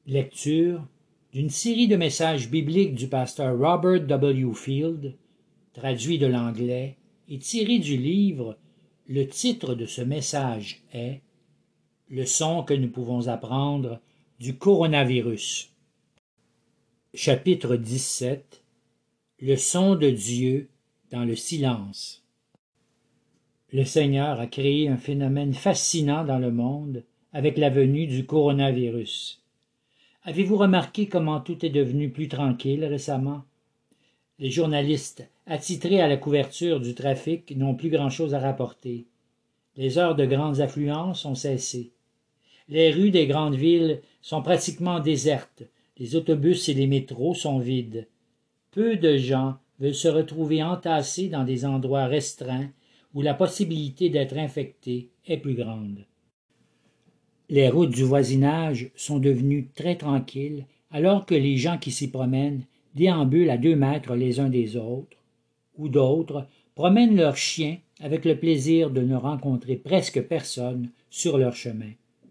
Lecture d'une série de messages bibliques du pasteur Robert W. Field, traduit de l'anglais et tiré du livre. Le titre de ce message est « Leçon que nous pouvons apprendre du coronavirus ». Chapitre 17 « Le son de Dieu dans le silence ». Le Seigneur a créé un phénomène fascinant dans le monde avec la venue du coronavirus. Avez-vous remarqué comment tout est devenu plus tranquille récemment? Les journalistes attitrés à la couverture du trafic n'ont plus grand-chose à rapporter. Les heures de grandes affluences ont cessé. Les rues des grandes villes sont pratiquement désertes. Les autobus et les métros sont vides. Peu de gens veulent se retrouver entassés dans des endroits restreints où la possibilité d'être infectés est plus grande. Les routes du voisinage sont devenues très tranquilles, alors que les gens qui s'y promènent déambulent à 2 mètres les uns des autres, ou d'autres promènent leurs chiens avec le plaisir de ne rencontrer presque personne sur leur chemin.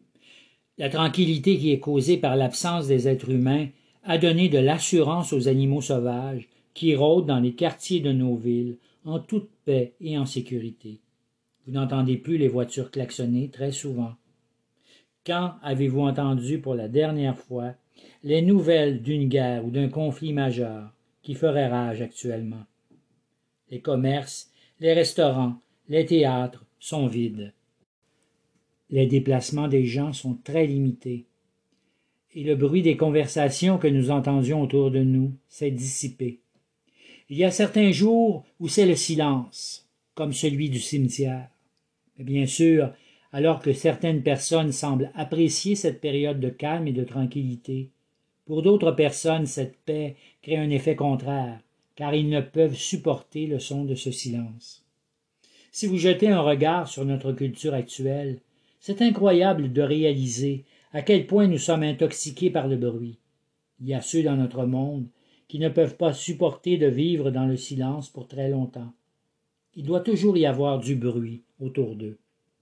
La tranquillité qui est causée par l'absence des êtres humains a donné de l'assurance aux animaux sauvages qui rôdent dans les quartiers de nos villes en toute paix et en sécurité. Vous n'entendez plus les voitures klaxonner très souvent. Quand avez-vous entendu pour la dernière fois les nouvelles d'une guerre ou d'un conflit majeur qui ferait rage actuellement? Les commerces, les restaurants, les théâtres sont vides. Les déplacements des gens sont très limités. Et le bruit des conversations que nous entendions autour de nous s'est dissipé. Il y a certains jours où c'est le silence, comme celui du cimetière. Mais bien sûr, alors que certaines personnes semblent apprécier cette période de calme et de tranquillité, pour d'autres personnes cette paix crée un effet contraire, car ils ne peuvent supporter le son de ce silence. Si vous jetez un regard sur notre culture actuelle, c'est incroyable de réaliser à quel point nous sommes intoxiqués par le bruit. Il y a ceux dans notre monde qui ne peuvent pas supporter de vivre dans le silence pour très longtemps. Il doit toujours y avoir du bruit autour d'eux.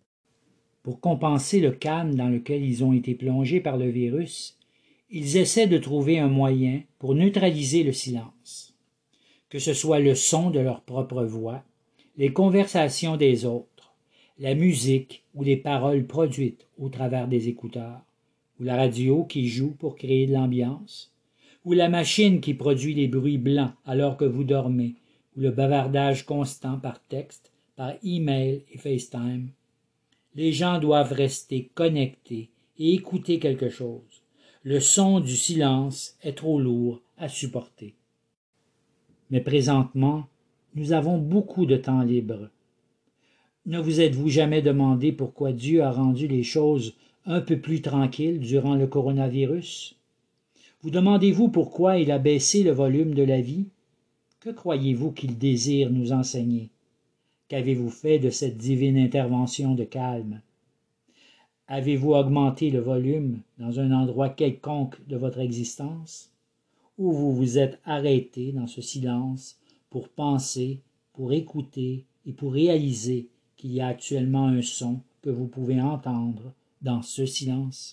Pour compenser le calme dans lequel ils ont été plongés par le virus, ils essaient de trouver un moyen pour neutraliser le silence. Que ce soit le son de leur propre voix, les conversations des autres, la musique ou les paroles produites au travers des écouteurs, ou la radio qui joue pour créer de l'ambiance, ou la machine qui produit les bruits blancs alors que vous dormez, ou le bavardage constant par texte, par email et FaceTime. Les gens doivent rester connectés et écouter quelque chose. Le son du silence est trop lourd à supporter. Mais présentement, nous avons beaucoup de temps libre. Ne vous êtes-vous jamais demandé pourquoi Dieu a rendu les choses un peu plus tranquilles durant le coronavirus? Vous demandez-vous pourquoi il a baissé le volume de la vie? Que croyez-vous qu'il désire nous enseigner? Qu'avez-vous fait de cette divine intervention de calme? Avez-vous augmenté le volume dans un endroit quelconque de votre existence? Ou vous vous êtes arrêté dans ce silence pour penser, pour écouter et pour réaliser qu'il y a actuellement un son que vous pouvez entendre dans ce silence?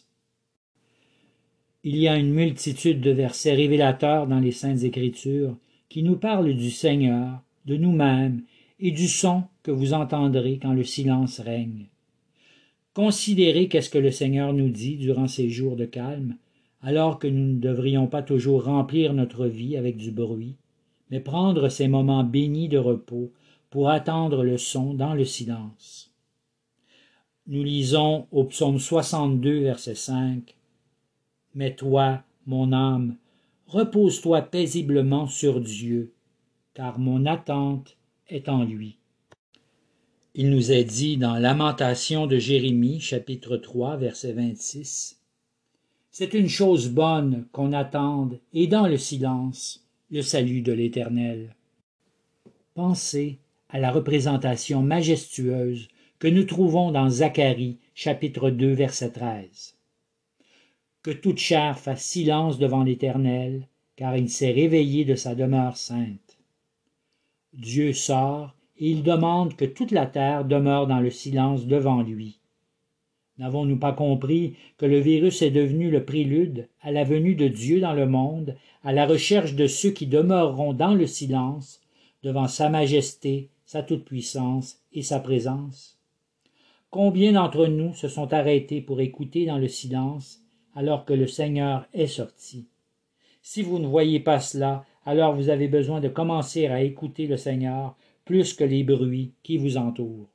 Il y a une multitude de versets révélateurs dans les Saintes Écritures qui nous parlent du Seigneur, de nous-mêmes et du son que vous entendrez quand le silence règne. Considérez qu'est-ce que le Seigneur nous dit durant ces jours de calme, alors que nous ne devrions pas toujours remplir notre vie avec du bruit, mais prendre ces moments bénis de repos pour attendre le son dans le silence. Nous lisons au psaume 62, verset 5, « Mais toi, mon âme, repose-toi paisiblement sur Dieu, car mon attente est en lui. » Il nous est dit dans Lamentation de Jérémie, chapitre 3, verset 26, « C'est une chose bonne qu'on attende, et dans le silence, le salut de l'Éternel. » Pensez à la représentation majestueuse que nous trouvons dans Zacharie, chapitre 2, verset 13. « Que toute chair fasse silence devant l'Éternel, car il s'est réveillé de sa demeure sainte. » Dieu sort, et il demande que toute la terre demeure dans le silence devant lui. N'avons-nous pas compris que le virus est devenu le prélude à la venue de Dieu dans le monde, à la recherche de ceux qui demeureront dans le silence, devant sa majesté, sa toute-puissance et sa présence? Combien d'entre nous se sont arrêtés pour écouter dans le silence, alors que le Seigneur est sorti? Si vous ne voyez pas cela, alors vous avez besoin de commencer à écouter le Seigneur plus que les bruits qui vous entourent.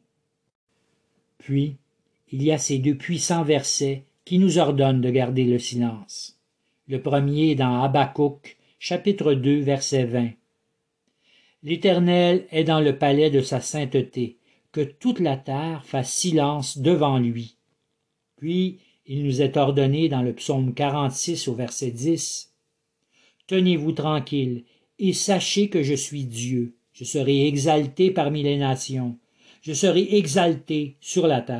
Puis, il y a ces deux puissants versets qui nous ordonnent de garder le silence. Le premier est dans Habakkuk, chapitre 2, verset 20. « L'Éternel est dans le palais de sa sainteté, que toute la terre fasse silence devant lui. » Puis, il nous est ordonné dans le psaume 46 au verset 10. « Tenez-vous tranquilles, et sachez que je suis Dieu. Je serai exalté parmi les nations. Je serai exalté sur la terre. »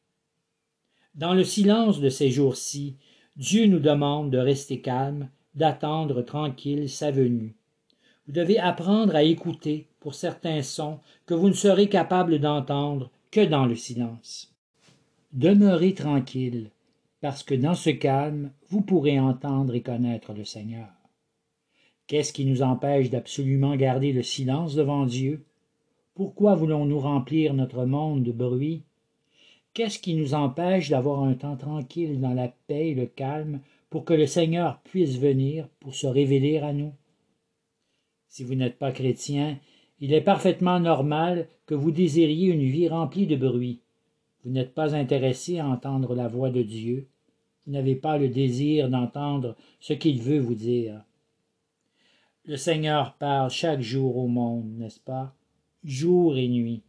Dans le silence de ces jours-ci, Dieu nous demande de rester calme, d'attendre tranquille sa venue. Vous devez apprendre à écouter pour certains sons que vous ne serez capable d'entendre que dans le silence. Demeurez tranquille, parce que dans ce calme, vous pourrez entendre et connaître le Seigneur. Qu'est-ce qui nous empêche d'absolument garder le silence devant Dieu? Pourquoi voulons-nous remplir notre monde de bruit? Qu'est-ce qui nous empêche d'avoir un temps tranquille dans la paix et le calme pour que le Seigneur puisse venir pour se révéler à nous? Si vous n'êtes pas chrétien, il est parfaitement normal que vous désiriez une vie remplie de bruit. Vous n'êtes pas intéressé à entendre la voix de Dieu. Vous n'avez pas le désir d'entendre ce qu'il veut vous dire. Le Seigneur parle chaque jour au monde, n'est-ce pas? Jour et nuit.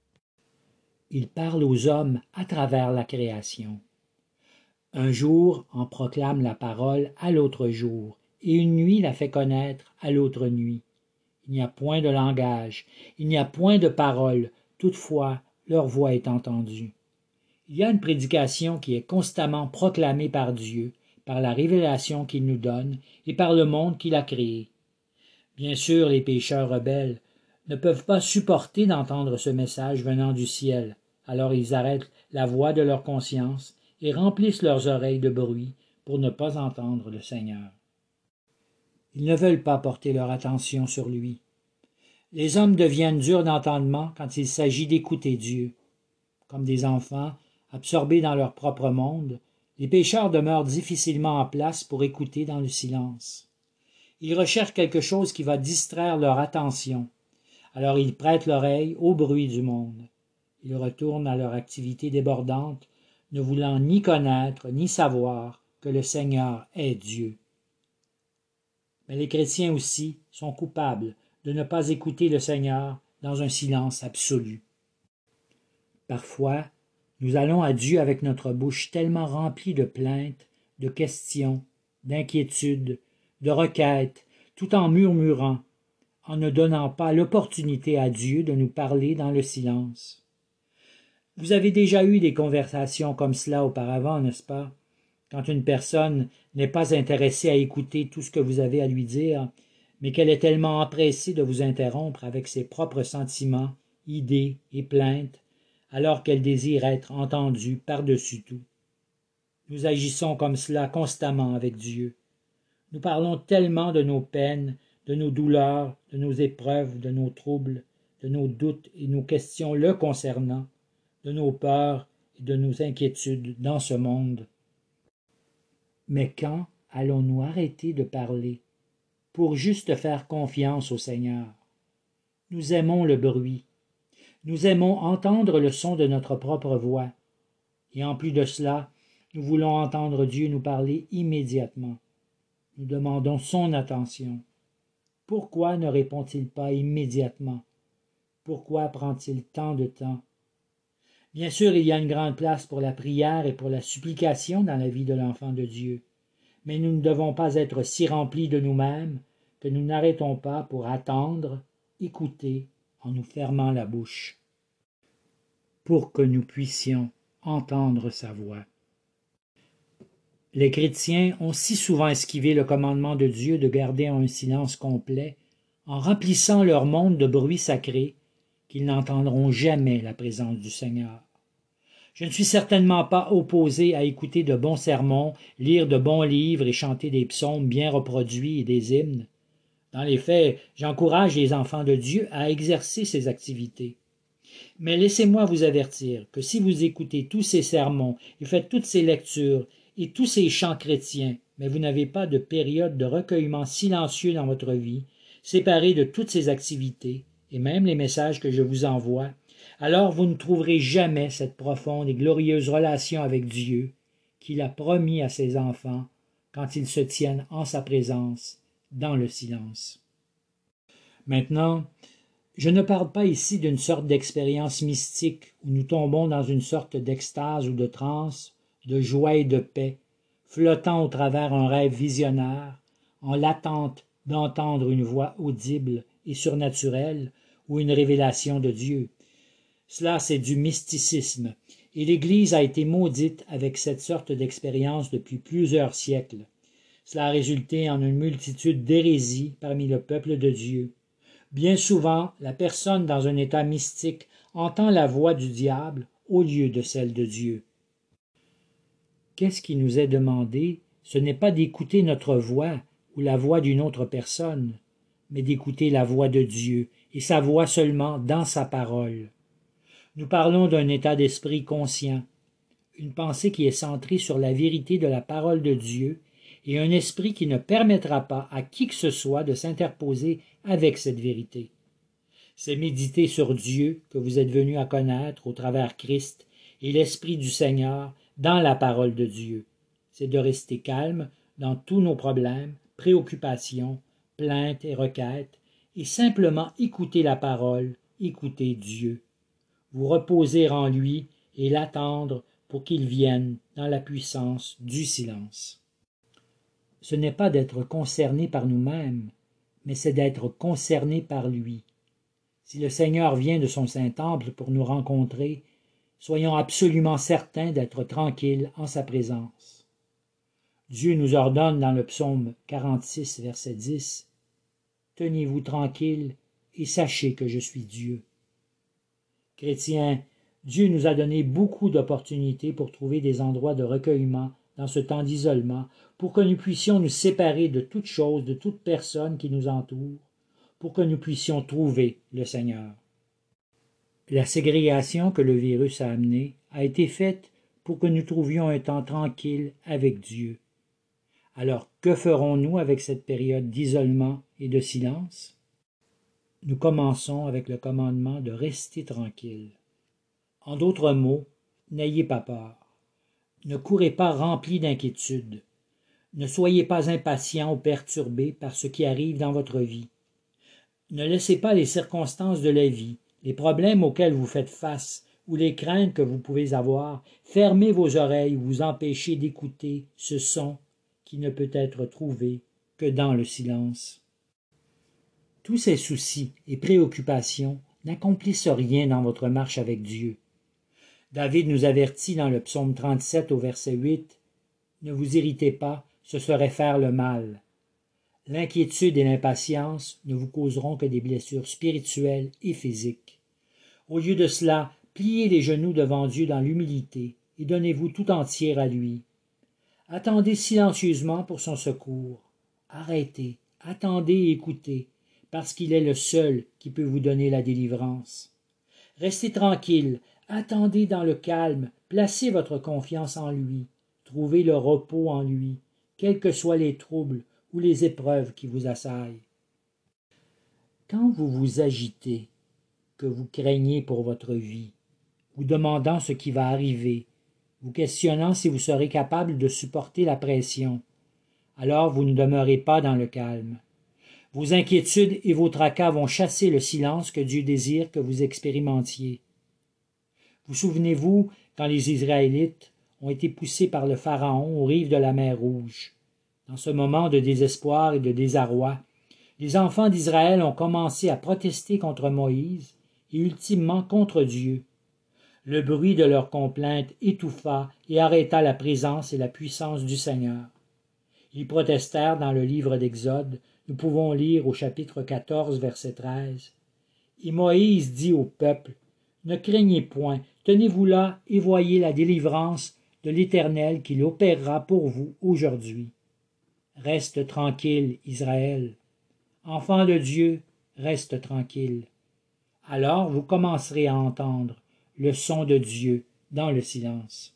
Il parle aux hommes à travers la création. Un jour en proclame la parole à l'autre jour, et une nuit la fait connaître à l'autre nuit. Il n'y a point de langage, il n'y a point de parole, toutefois leur voix est entendue. Il y a une prédication qui est constamment proclamée par Dieu, par la révélation qu'il nous donne et par le monde qu'il a créé. Bien sûr, les pécheurs rebelles ne peuvent pas supporter d'entendre ce message venant du ciel, alors ils arrêtent la voix de leur conscience et remplissent leurs oreilles de bruit pour ne pas entendre le Seigneur. Ils ne veulent pas porter leur attention sur lui. Les hommes deviennent durs d'entendement quand il s'agit d'écouter Dieu. Comme des enfants, absorbés dans leur propre monde, les pécheurs demeurent difficilement en place pour écouter dans le silence. Ils recherchent quelque chose qui va distraire leur attention. Alors ils prêtent l'oreille au bruit du monde. Ils retournent à leur activité débordante, ne voulant ni connaître ni savoir que le Seigneur est Dieu. Mais les chrétiens aussi sont coupables de ne pas écouter le Seigneur dans un silence absolu. Parfois, nous allons à Dieu avec notre bouche tellement remplie de plaintes, de questions, d'inquiétudes, de requêtes, tout en murmurant, en ne donnant pas l'opportunité à Dieu de nous parler dans le silence. Vous avez déjà eu des conversations comme cela auparavant, n'est-ce pas? Quand une personne n'est pas intéressée à écouter tout ce que vous avez à lui dire, mais qu'elle est tellement empressée de vous interrompre avec ses propres sentiments, idées et plaintes, alors qu'elle désire être entendue par-dessus tout. Nous agissons comme cela constamment avec Dieu. Nous parlons tellement de nos peines, de nos douleurs, de nos épreuves, de nos troubles, de nos doutes et nos questions le concernant, de nos peurs et de nos inquiétudes dans ce monde. Mais quand allons-nous arrêter de parler pour juste faire confiance au Seigneur? Nous aimons le bruit. Nous aimons entendre le son de notre propre voix. Et en plus de cela, nous voulons entendre Dieu nous parler immédiatement. Nous demandons son attention. Pourquoi ne répond-il pas immédiatement? Pourquoi prend-il tant de temps? Bien sûr, il y a une grande place pour la prière et pour la supplication dans la vie de l'enfant de Dieu. Mais nous ne devons pas être si remplis de nous-mêmes que nous n'arrêtons pas pour attendre, écouter, en nous fermant la bouche, pour que nous puissions entendre sa voix. Les chrétiens ont si souvent esquivé le commandement de Dieu de garder un silence complet, en remplissant leur monde de bruit sacré, qu'ils n'entendront jamais la présence du Seigneur. Je ne suis certainement pas opposé à écouter de bons sermons, lire de bons livres et chanter des psaumes bien reproduits et des hymnes. Dans les faits, j'encourage les enfants de Dieu à exercer ces activités. Mais laissez-moi vous avertir que si vous écoutez tous ces sermons et faites toutes ces lectures et tous ces chants chrétiens, mais vous n'avez pas de période de recueillement silencieux dans votre vie, séparé de toutes ces activités, et même les messages que je vous envoie, alors vous ne trouverez jamais cette profonde et glorieuse relation avec Dieu qu'il a promis à ses enfants quand ils se tiennent en sa présence, dans le silence. Maintenant, je ne parle pas ici d'une sorte d'expérience mystique où nous tombons dans une sorte d'extase ou de transe, de joie et de paix, flottant au travers un rêve visionnaire, en l'attente d'entendre une voix audible et surnaturelle ou une révélation de Dieu. Cela, c'est du mysticisme, et l'Église a été maudite avec cette sorte d'expérience depuis plusieurs siècles. Cela a résulté en une multitude d'hérésies parmi le peuple de Dieu. Bien souvent, la personne dans un état mystique entend la voix du diable au lieu de celle de Dieu. Qu'est-ce qui nous est demandé? Ce n'est pas d'écouter notre voix ou la voix d'une autre personne, mais d'écouter la voix de Dieu et sa voix seulement dans sa parole. Nous parlons d'un état d'esprit conscient, une pensée qui est centrée sur la vérité de la parole de Dieu et un esprit qui ne permettra pas à qui que ce soit de s'interposer avec cette vérité. C'est méditer sur Dieu que vous êtes venus à connaître au travers Christ et l'Esprit du Seigneur dans la parole de Dieu. C'est de rester calme dans tous nos problèmes, préoccupations, plaintes et requêtes, et simplement écouter la parole, écouter Dieu. Vous reposer en lui et l'attendre pour qu'il vienne dans la puissance du silence. Ce n'est pas d'être concerné par nous-mêmes, mais c'est d'être concerné par lui. Si le Seigneur vient de son Saint-Temple pour nous rencontrer, soyons absolument certains d'être tranquilles en sa présence. Dieu nous ordonne dans le psaume 46, verset 10, « Tenez-vous tranquilles et sachez que je suis Dieu. » Chrétiens, Dieu nous a donné beaucoup d'opportunités pour trouver des endroits de recueillement dans ce temps d'isolement, pour que nous puissions nous séparer de toute chose, de toute personne qui nous entoure, pour que nous puissions trouver le Seigneur. La ségrégation que le virus a amenée a été faite pour que nous trouvions un temps tranquille avec Dieu. Alors, que ferons-nous avec cette période d'isolement et de silence? Nous commençons avec le commandement de rester tranquille. En d'autres mots, n'ayez pas peur. Ne courez pas remplis d'inquiétude. Ne soyez pas impatients ou perturbés par ce qui arrive dans votre vie. Ne laissez pas les circonstances de la vie, les problèmes auxquels vous faites face ou les craintes que vous pouvez avoir, fermer vos oreilles ou vous empêcher d'écouter ce son qui ne peut être trouvé que dans le silence. Tous ces soucis et préoccupations n'accomplissent rien dans votre marche avec Dieu. David nous avertit dans le psaume 37 au verset 8, « Ne vous irritez pas, ce serait faire le mal. » L'inquiétude et l'impatience ne vous causeront que des blessures spirituelles et physiques. Au lieu de cela, pliez les genoux devant Dieu dans l'humilité et donnez-vous tout entier à lui. Attendez silencieusement pour son secours. Arrêtez, attendez et écoutez, parce qu'il est le seul qui peut vous donner la délivrance. Restez tranquille, attendez dans le calme, placez votre confiance en lui, trouvez le repos en lui, quels que soient les troubles ou les épreuves qui vous assaillent. Quand vous vous agitez, que vous craignez pour votre vie, vous demandant ce qui va arriver, vous questionnant si vous serez capable de supporter la pression, alors vous ne demeurez pas dans le calme. Vos inquiétudes et vos tracas vont chasser le silence que Dieu désire que vous expérimentiez. Vous souvenez-vous quand les Israélites ont été poussés par le Pharaon aux rives de la mer Rouge? Dans ce moment de désespoir et de désarroi, les enfants d'Israël ont commencé à protester contre Moïse et ultimement contre Dieu. Le bruit de leurs complaintes étouffa et arrêta la présence et la puissance du Seigneur. Ils protestèrent dans le livre d'Exode, nous pouvons lire au chapitre 14, verset 13. Et Moïse dit au peuple, « Ne craignez point, tenez-vous là et voyez la délivrance de l'Éternel qu'il opérera pour vous aujourd'hui. Reste tranquille, Israël. Enfant de Dieu, reste tranquille. Alors vous commencerez à entendre le son de Dieu dans le silence.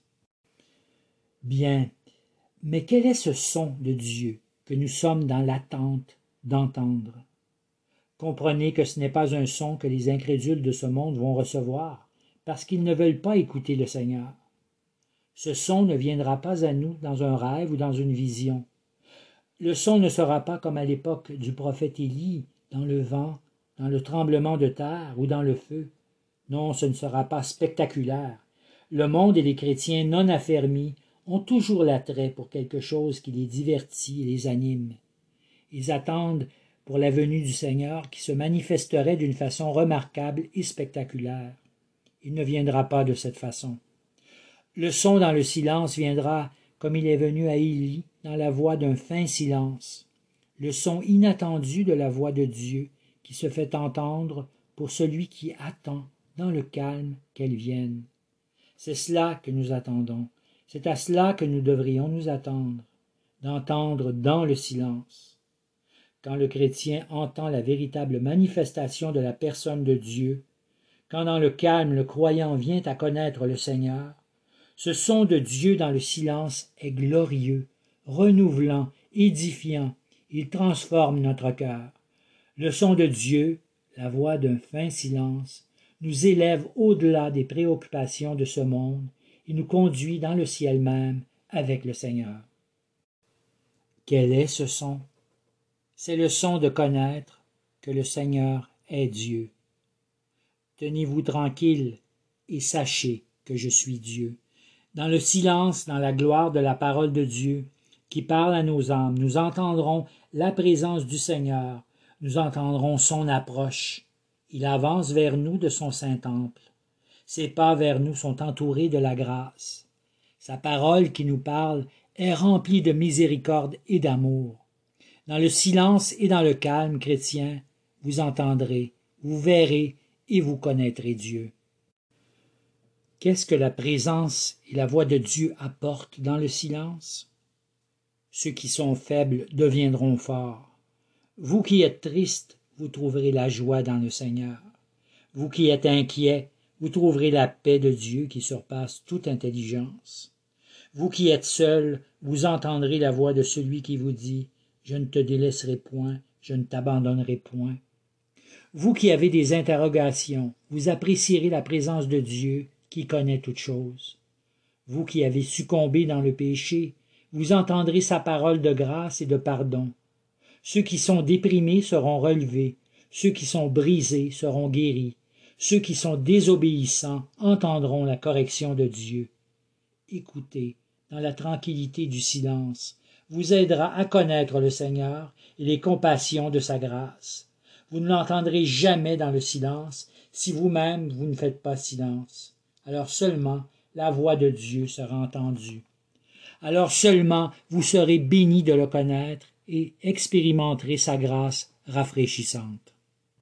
Bien, mais quel est ce son de Dieu que nous sommes dans l'attente d'entendre? Comprenez que ce n'est pas un son que les incrédules de ce monde vont recevoir, parce qu'ils ne veulent pas écouter le Seigneur. Ce son ne viendra pas à nous dans un rêve ou dans une vision. Le son ne sera pas comme à l'époque du prophète Élie, dans le vent, dans le tremblement de terre ou dans le feu. Non, ce ne sera pas spectaculaire. Le monde et les chrétiens non affermis ont toujours l'attrait pour quelque chose qui les divertit et les anime. Ils attendent pour la venue du Seigneur qui se manifesterait d'une façon remarquable et spectaculaire. Il ne viendra pas de cette façon. Le son dans le silence viendra comme il est venu à Élie dans la voix d'un fin silence, le son inattendu de la voix de Dieu qui se fait entendre pour celui qui attend dans le calme qu'elle vienne. C'est cela que nous attendons, c'est à cela que nous devrions nous attendre, d'entendre dans le silence. Quand le chrétien entend la véritable manifestation de la personne de Dieu, quand dans le calme le croyant vient à connaître le Seigneur, ce son de Dieu dans le silence est glorieux, renouvelant, édifiant, il transforme notre cœur. Le son de Dieu, la voix d'un fin silence, nous élève au-delà des préoccupations de ce monde et nous conduit dans le ciel même avec le Seigneur. Quel est ce son? C'est le son de connaître que le Seigneur est Dieu. Tenez-vous tranquille et sachez que je suis Dieu. Dans le silence, dans la gloire de la parole de Dieu, qui parle à nos âmes, nous entendrons la présence du Seigneur, nous entendrons son approche. Il avance vers nous de son Saint-Temple. Ses pas vers nous sont entourés de la grâce. Sa parole qui nous parle est remplie de miséricorde et d'amour. Dans le silence et dans le calme chrétien, vous entendrez, vous verrez et vous connaîtrez Dieu. Qu'est-ce que la présence et la voix de Dieu apportent dans le silence? Ceux qui sont faibles deviendront forts. Vous qui êtes tristes, vous trouverez la joie dans le Seigneur. Vous qui êtes inquiets, vous trouverez la paix de Dieu qui surpasse toute intelligence. Vous qui êtes seuls, vous entendrez la voix de celui qui vous dit « Je ne te délaisserai point, je ne t'abandonnerai point ». Vous qui avez des interrogations, vous apprécierez la présence de Dieu qui connaît toutes choses. Vous qui avez succombé dans le péché, vous entendrez sa parole de grâce et de pardon. Ceux qui sont déprimés seront relevés, ceux qui sont brisés seront guéris, ceux qui sont désobéissants entendront la correction de Dieu. Écoutez, dans la tranquillité du silence, vous aidera à connaître le Seigneur et les compassions de sa grâce. Vous ne l'entendrez jamais dans le silence si vous-même vous ne faites pas silence. Alors seulement la voix de Dieu sera entendue. Alors seulement vous serez bénis de le connaître et expérimenterez sa grâce rafraîchissante.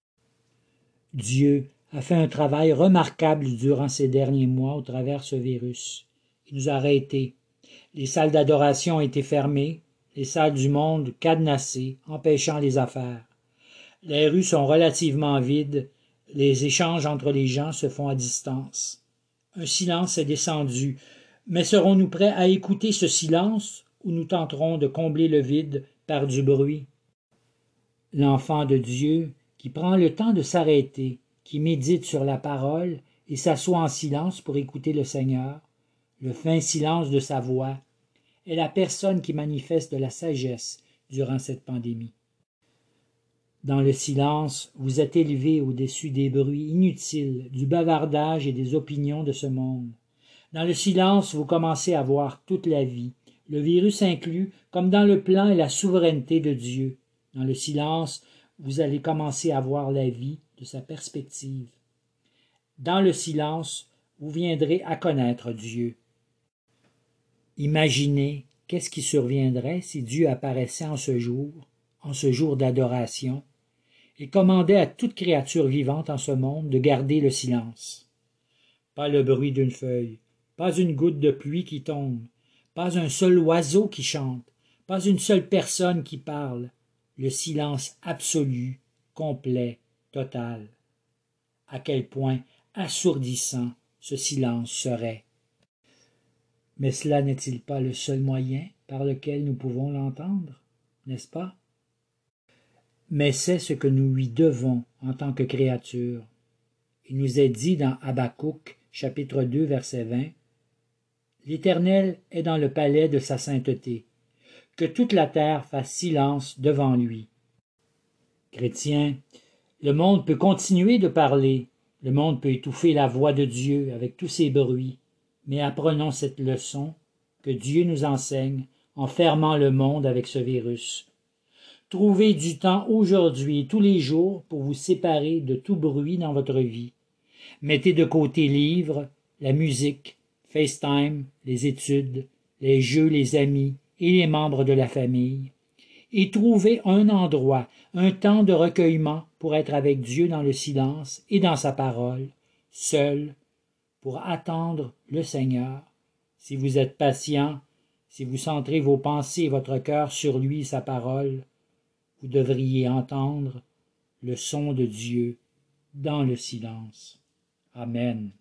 Dieu a fait un travail remarquable durant ces derniers mois au travers ce virus. Il nous a arrêtés. Les salles d'adoration ont été fermées, les salles du monde cadenassées, empêchant les affaires. Les rues sont relativement vides, les échanges entre les gens se font à distance. Un silence est descendu, mais serons-nous prêts à écouter ce silence ou nous tenterons de combler le vide par du bruit? L'enfant de Dieu, qui prend le temps de s'arrêter, qui médite sur la parole et s'assoit en silence pour écouter le Seigneur, le fin silence de sa voix, est la personne qui manifeste de la sagesse durant cette pandémie. Dans le silence, vous êtes élevé au-dessus des bruits inutiles, du bavardage et des opinions de ce monde. Dans le silence, vous commencez à voir toute la vie, le virus inclus, comme dans le plan et la souveraineté de Dieu. Dans le silence, vous allez commencer à voir la vie de sa perspective. Dans le silence, vous viendrez à connaître Dieu. Imaginez qu'est-ce qui surviendrait si Dieu apparaissait en ce jour d'adoration, et commandait à toute créature vivante en ce monde de garder le silence. pas le bruit d'une feuille, pas une goutte de pluie qui tombe, pas un seul oiseau qui chante, pas une seule personne qui parle, le silence absolu, complet, total. À quel point assourdissant ce silence serait. Mais cela n'est-il pas le seul moyen par lequel nous pouvons l'entendre, n'est-ce pas? Mais c'est ce que nous lui devons en tant que créatures. Il nous est dit dans Habakuk, chapitre 2, verset 20, « L'Éternel est dans le palais de sa sainteté, que toute la terre fasse silence devant lui. » Chrétiens, le monde peut continuer de parler, le monde peut étouffer la voix de Dieu avec tous ses bruits, mais apprenons cette leçon que Dieu nous enseigne en fermant le monde avec ce virus. Trouvez du temps aujourd'hui et tous les jours pour vous séparer de tout bruit dans votre vie. Mettez de côté livres, la musique, FaceTime, les études, les jeux, les amis et les membres de la famille, et trouvez un endroit, un temps de recueillement pour être avec Dieu dans le silence et dans sa parole, seul, pour attendre le Seigneur. Si vous êtes patient, si vous centrez vos pensées et votre cœur sur lui et sa parole, vous devriez entendre le son de Dieu dans le silence. Amen.